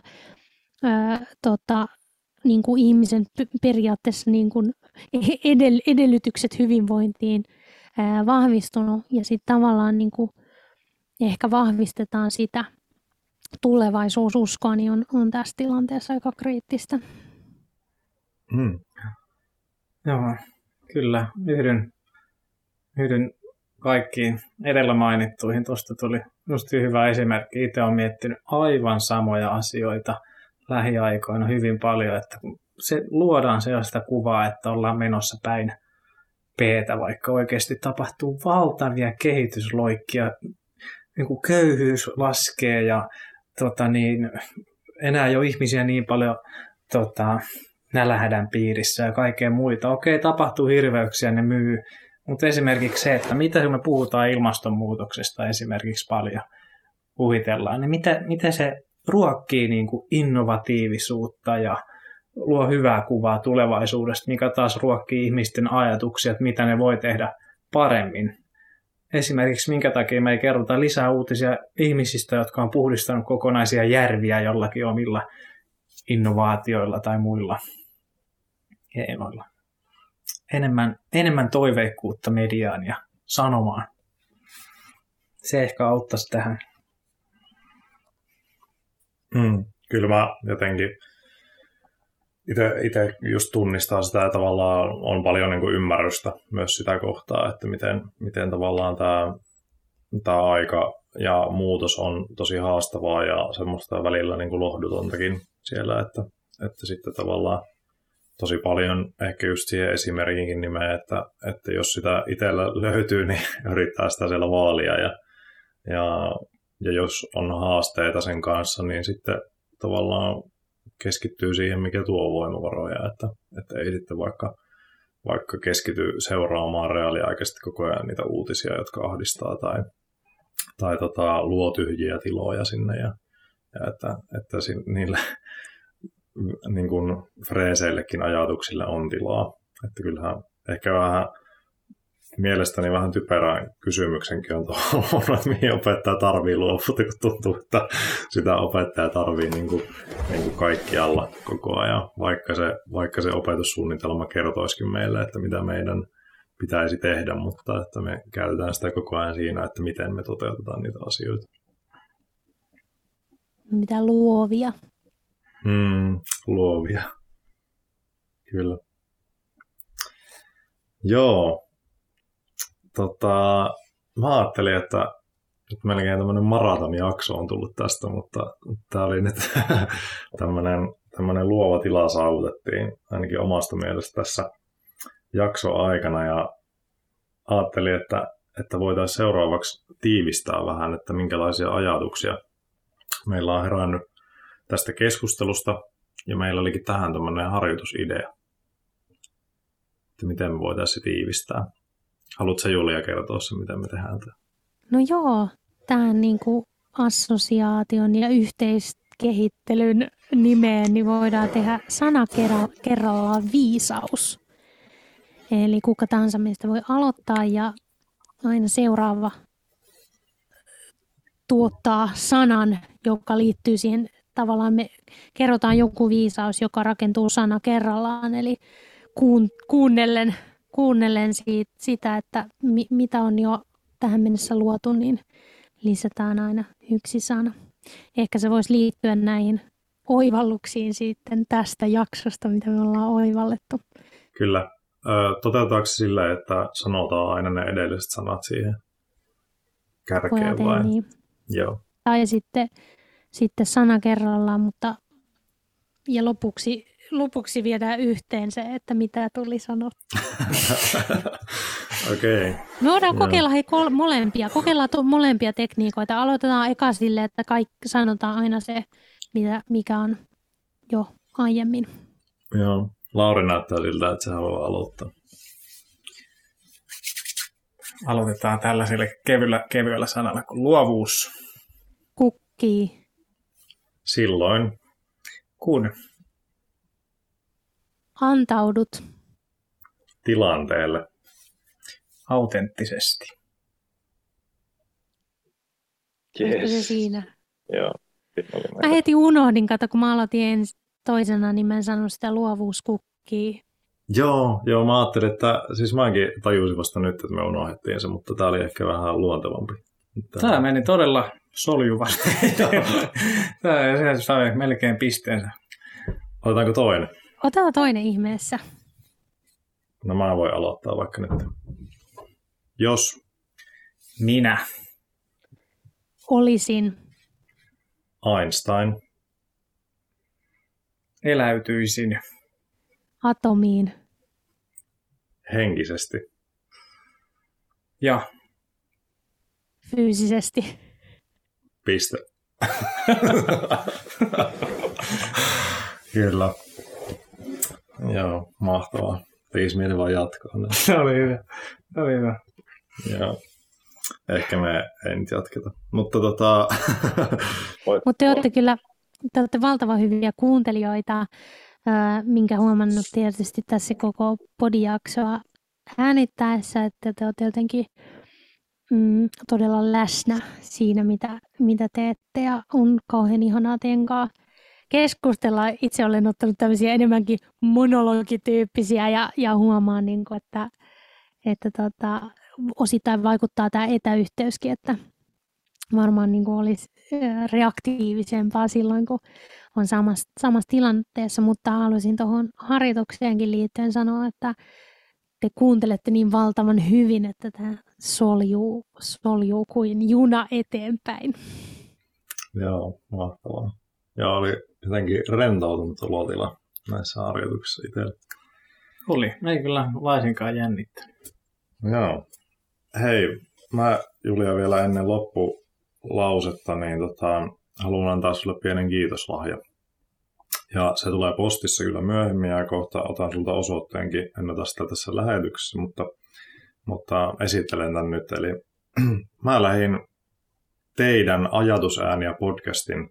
niin kuin ihmisen periaatteessa niin kuin edellytykset hyvinvointiin vahvistunut ja sitten tavallaan niin kuin ehkä vahvistetaan sitä tulevaisuususkoa, niin on tässä tilanteessa aika kriittistä. Joo, kyllä. Yhdyn kaikkiin edellä mainittuihin. Tuosta tuli just hyvä esimerkki. Itse olen miettinyt aivan samoja asioita lähiaikoina hyvin paljon, että se luodaan sellaista kuvaa, että ollaan menossa päin P:tä, vaikka oikeasti tapahtuu valtavia kehitysloikkia. Niin kuin köyhyys laskee ja enää ei ole ihmisiä niin paljon nälänhädän piirissä ja kaikkea muita. Okei, tapahtuu hirveyksiä, ne myy. Mutta esimerkiksi se, että mitä me puhutaan ilmastonmuutoksesta esimerkiksi paljon, puhitellaan, niin miten se ruokkii niin kuin innovatiivisuutta ja luo hyvää kuvaa tulevaisuudesta, mikä taas ruokkii ihmisten ajatuksia, että mitä ne voi tehdä paremmin. Esimerkiksi minkä takia me ei kerrota lisää uutisia ihmisistä, jotka on puhdistanut kokonaisia järviä jollakin omilla innovaatioilla tai muilla keinoilla. Enemmän toiveikkuutta mediaan ja sanomaan. Se ehkä auttaisi tähän. Kyllä mä jotenkin itse just tunnistaa sitä, että tavallaan on paljon niin kuin ymmärrystä myös sitä kohtaa, että miten tavallaan tämä aika ja muutos on tosi haastavaa ja semmoista välillä niin kuin lohdutontakin siellä, että sitten tavallaan tosi paljon ehkä just siihen esimerkinkin nimeen, että jos sitä itsellä löytyy, niin yrittää sitä siellä vaalia ja jos on haasteita sen kanssa, niin sitten tavallaan keskittyy siihen, mikä tuo voimavaroja, että ei sitten vaikka keskity seuraamaan reaaliaikaisesti koko ajan niitä uutisia, jotka ahdistaa tai luo tyhjiä tiloja sinne ja että niillä niin kuin freeseillekin ajatuksille on tilaa. Että kyllähän ehkä vähän mielestäni vähän typerän kysymyksenkin on tuohon, että mihin opettaja tarvii luovuutta, kun tuntuu, että sitä opettaja tarvii niin kuin kaikkialla koko ajan, vaikka se opetussuunnitelma kertoisikin meille, että mitä meidän pitäisi tehdä, mutta että me käytetään sitä koko ajan siinä, että miten me toteutetaan niitä asioita. Mitä luovia. Luovia. Kyllä. Joo. Mä ajattelin, että nyt melkein tämmöinen maratonjakso on tullut tästä, mutta tämä oli nyt tämmöinen luova tila saavutettiin ainakin omasta mielestä tässä jaksoaikana ja ajattelin, että voitaisiin seuraavaksi tiivistää vähän, että minkälaisia ajatuksia meillä on herännyt tästä keskustelusta ja meillä olikin tähän tämmöinen harjoitusidea, että miten me voitaisiin tiivistää. Haluatko Julia kertoa se, miten me tehdään tämä? No joo, tähän niin kuin assosiaation ja yhteiskehittelyn nimeen niin voidaan tehdä sana kerrallaan viisaus. Eli kuka tahansa meistä voi aloittaa ja aina seuraava tuottaa sanan, joka liittyy siihen. Tavallaan me kerrotaan joku viisaus, joka rakentuu sana kerrallaan, eli kuunnellen sitä, että mitä on jo tähän mennessä luotu, niin lisätään aina yksi sana. Ehkä se voisi liittyä näihin oivalluksiin sitten tästä jaksosta, mitä me ollaan oivallettu. Kyllä. Toteutaanko sillä, että sanotaan aina ne edelliset sanat siihen kärkeen vai? Niin. Joo. Tai sitten sana kerrallaan, mutta ja lopuksi viedään yhteen se, että mitä tuli sanottu. Okei. Me voidaan kokeilla molempia. Kokeillaan molempia tekniikoita. Aloitetaan eka sille, että sanotaan aina se, mikä on jo aiemmin. Joo. Lauri näyttää siltä, että se haluaa aloittaa. Aloitetaan tällaisella kevyellä sanalla kuin luovuus. Kukkii. Silloin. Kun. Antaudut. Tilanteelle. Autenttisesti. Olisiko se siinä? Joo. Mä heti unohdin, kun mä aloitin toisena, niin mä en sanonut sitä luovuuskukkii. Joo, mä ajattelin, että siis mäkin tajusin vasta nyt, että me unohdettiin se, mutta tää oli ehkä vähän luontevampi. Tämä meni todella soljuvasti. Tämä sai melkein pisteensä. Otetaanko toinen? Otetaan toinen ihmeessä. No mä voin aloittaa vaikka nyt. Jos minä olisin Einstein eläytyisin atomiin henkisesti ja fyysisesti. Piste. Kyllä. Joo, mahtavaa. 5 mieli vaan jatkaa. Se oli hyvä. Joo. Ehkä me ei nyt jatketa. Mutta te olette valtavan hyviä kuuntelijoita, minkä huomannut tietysti tässä koko podijaksoa äänittäessä, että te olette jotenkin todella läsnä siinä, mitä teette, ja on kauhean ihanaa teidän kanssa keskustella. Itse olen ottanut tämmöisiä enemmänkin monologityyppisiä ja huomaan, että osittain vaikuttaa tämä etäyhteyskin, että varmaan olisi reaktiivisempaa silloin, kun on samassa tilanteessa, mutta haluaisin tuohon harjoitukseenkin liittyen sanoa, että te kuuntelette niin valtavan hyvin, että tämä soljuu kuin juna eteenpäin. Joo, mahtavaa. Ja oli jotenkin rentoutunut olotila näissä harjoituksissa itselle. Oli, ei kyllä laisinkaan jännittänyt. Joo. Hei, mä Julia vielä ennen loppulausetta, niin haluan antaa sulle pienen kiitoslahja. Ja se tulee postissa kyllä myöhemmin ja kohta otan sulta osoitteenkin, en ota sitä tässä lähetyksessä, mutta esittelen tämän nyt. Eli mä lähdin teidän ajatusääniä podcastin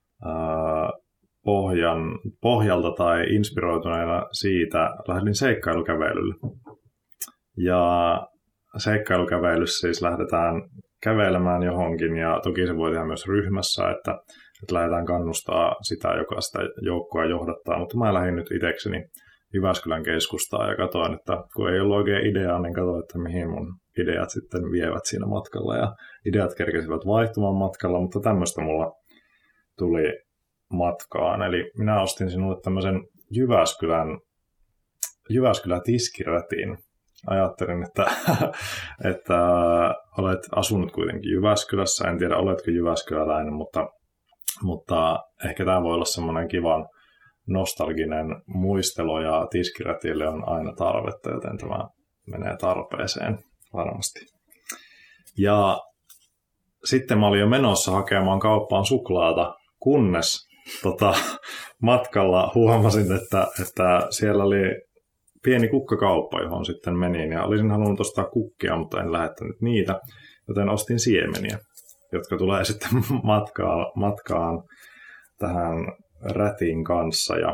pohjalta tai inspiroituneena siitä lähdin seikkailukävelylle. Ja seikkailukävelyssä siis lähdetään kävelemään johonkin, ja toki se voi tehdä myös ryhmässä, että lähdetään kannustaa sitä, joka sitä joukkoa johdattaa, mutta mä lähdin nyt itsekseni Jyväskylän keskustaan ja katsoin, että kun ei ollut oikein ideaa, niin katsoin, että mihin mun ideat sitten vievät siinä matkalla, ja ideat kerkesivät vaihtumaan matkalla, mutta tämmöistä mulla tuli matkaan, eli minä ostin sinulle tämmöisen Jyväskylän tiskirätin. Ajattelin, että olet asunut kuitenkin Jyväskylässä. En tiedä, oletko jyväskyläläinen, mutta ehkä tämä voi olla semmoinen kivan nostalginen muistelu, ja tiskirätille on aina tarvetta, joten tämä menee tarpeeseen varmasti. Ja sitten mä olin jo menossa hakemaan kauppaan suklaata, kunnes matkalla huomasin, että siellä oli pieni kukkakauppa, johon sitten menin, ja olisin halunnut ostaa kukkia, mutta en lähettänyt niitä, joten ostin siemeniä, jotka tulee sitten matkaan tähän rätin kanssa, ja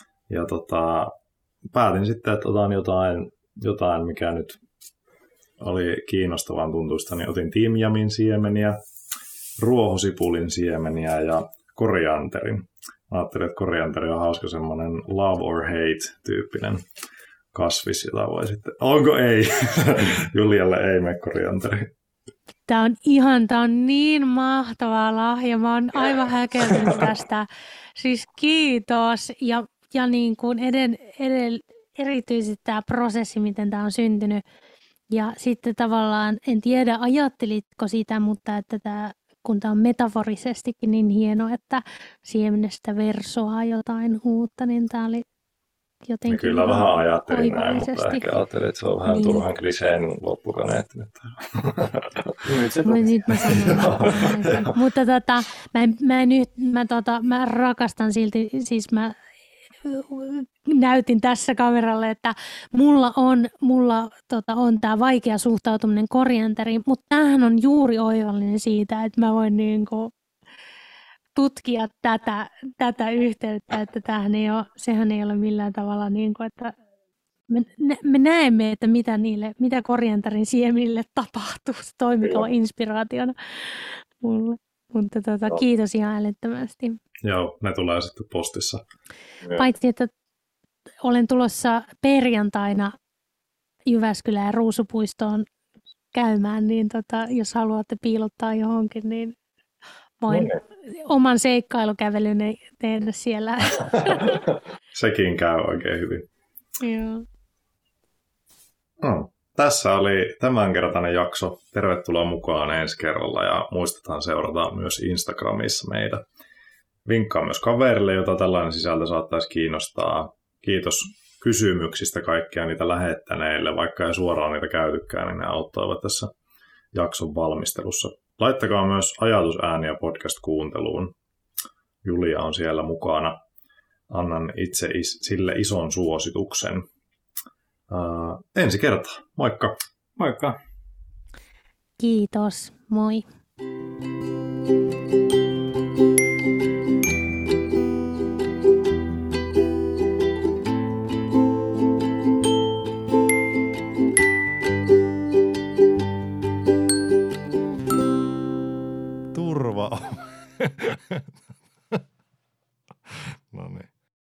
päätin sitten, että otan jotain, mikä nyt oli kiinnostavan tuntuista, niin otin timjamin siemeniä, ruohosipulin siemeniä ja korianterin. Mä ajattelin, että korianteri on hauska semmoinen love or hate -tyyppinen kasvis, jota voi sitten... Onko ei? Julialle ei mene korianteri. Tämä on niin mahtava lahja. Mä oon aivan häkeltynyt tästä. Siis kiitos. Ja niin kuin erityisesti tämä prosessi, miten tämä on syntynyt. Ja sitten tavallaan, en tiedä ajattelitko sitä, mutta että kun tämä on metaforisestikin niin hieno, että siemenestä versoaa jotain uutta, niin tämä oli jotenkin kyllä vähän ajattelin näin, mutta ehkä ajattelin, että se on vähän turhan kliseen loppukaneetti. Nyt mä sanon. Mutta mä rakastan silti, siis mä näytin tässä kameralle, että mulla on tämä vaikea suhtautuminen korianteriin, mutta tämähän on juuri oivallinen siitä, että mä voin niinku tutkia tätä yhteyttä, että sehän ei ole millään tavalla niin kuin, että me näemme, että mitä korianterin siemille tapahtuu. Se toimii inspiraationa mulle. Mutta kiitos ihan älyttömästi. Joo, ne tulee sitten postissa. Paitsi, että olen tulossa perjantaina Jyväskylään Ruusupuistoon käymään, niin jos haluatte piilottaa johonkin, niin voin oman seikkailukävelyn tehdä siellä. Sekin käy oikein hyvin. Joo. Tässä oli tämänkertainen jakso. Tervetuloa mukaan ensi kerralla, ja muistetaan seurata myös Instagramissa meitä. Vinkkaa myös kaverille, jota tällainen sisältö saattaisi kiinnostaa. Kiitos kysymyksistä kaikkia niitä lähettäneille, vaikka ei suoraan niitä käytykään, niin ne auttoivat tässä jakson valmistelussa. Laittakaa myös ajatusääniä podcast-kuunteluun. Julia on siellä mukana. Annan itse sille ison suosituksen. Ensi kertaa. Moikka. Moikka. Kiitos. Moi. Turva.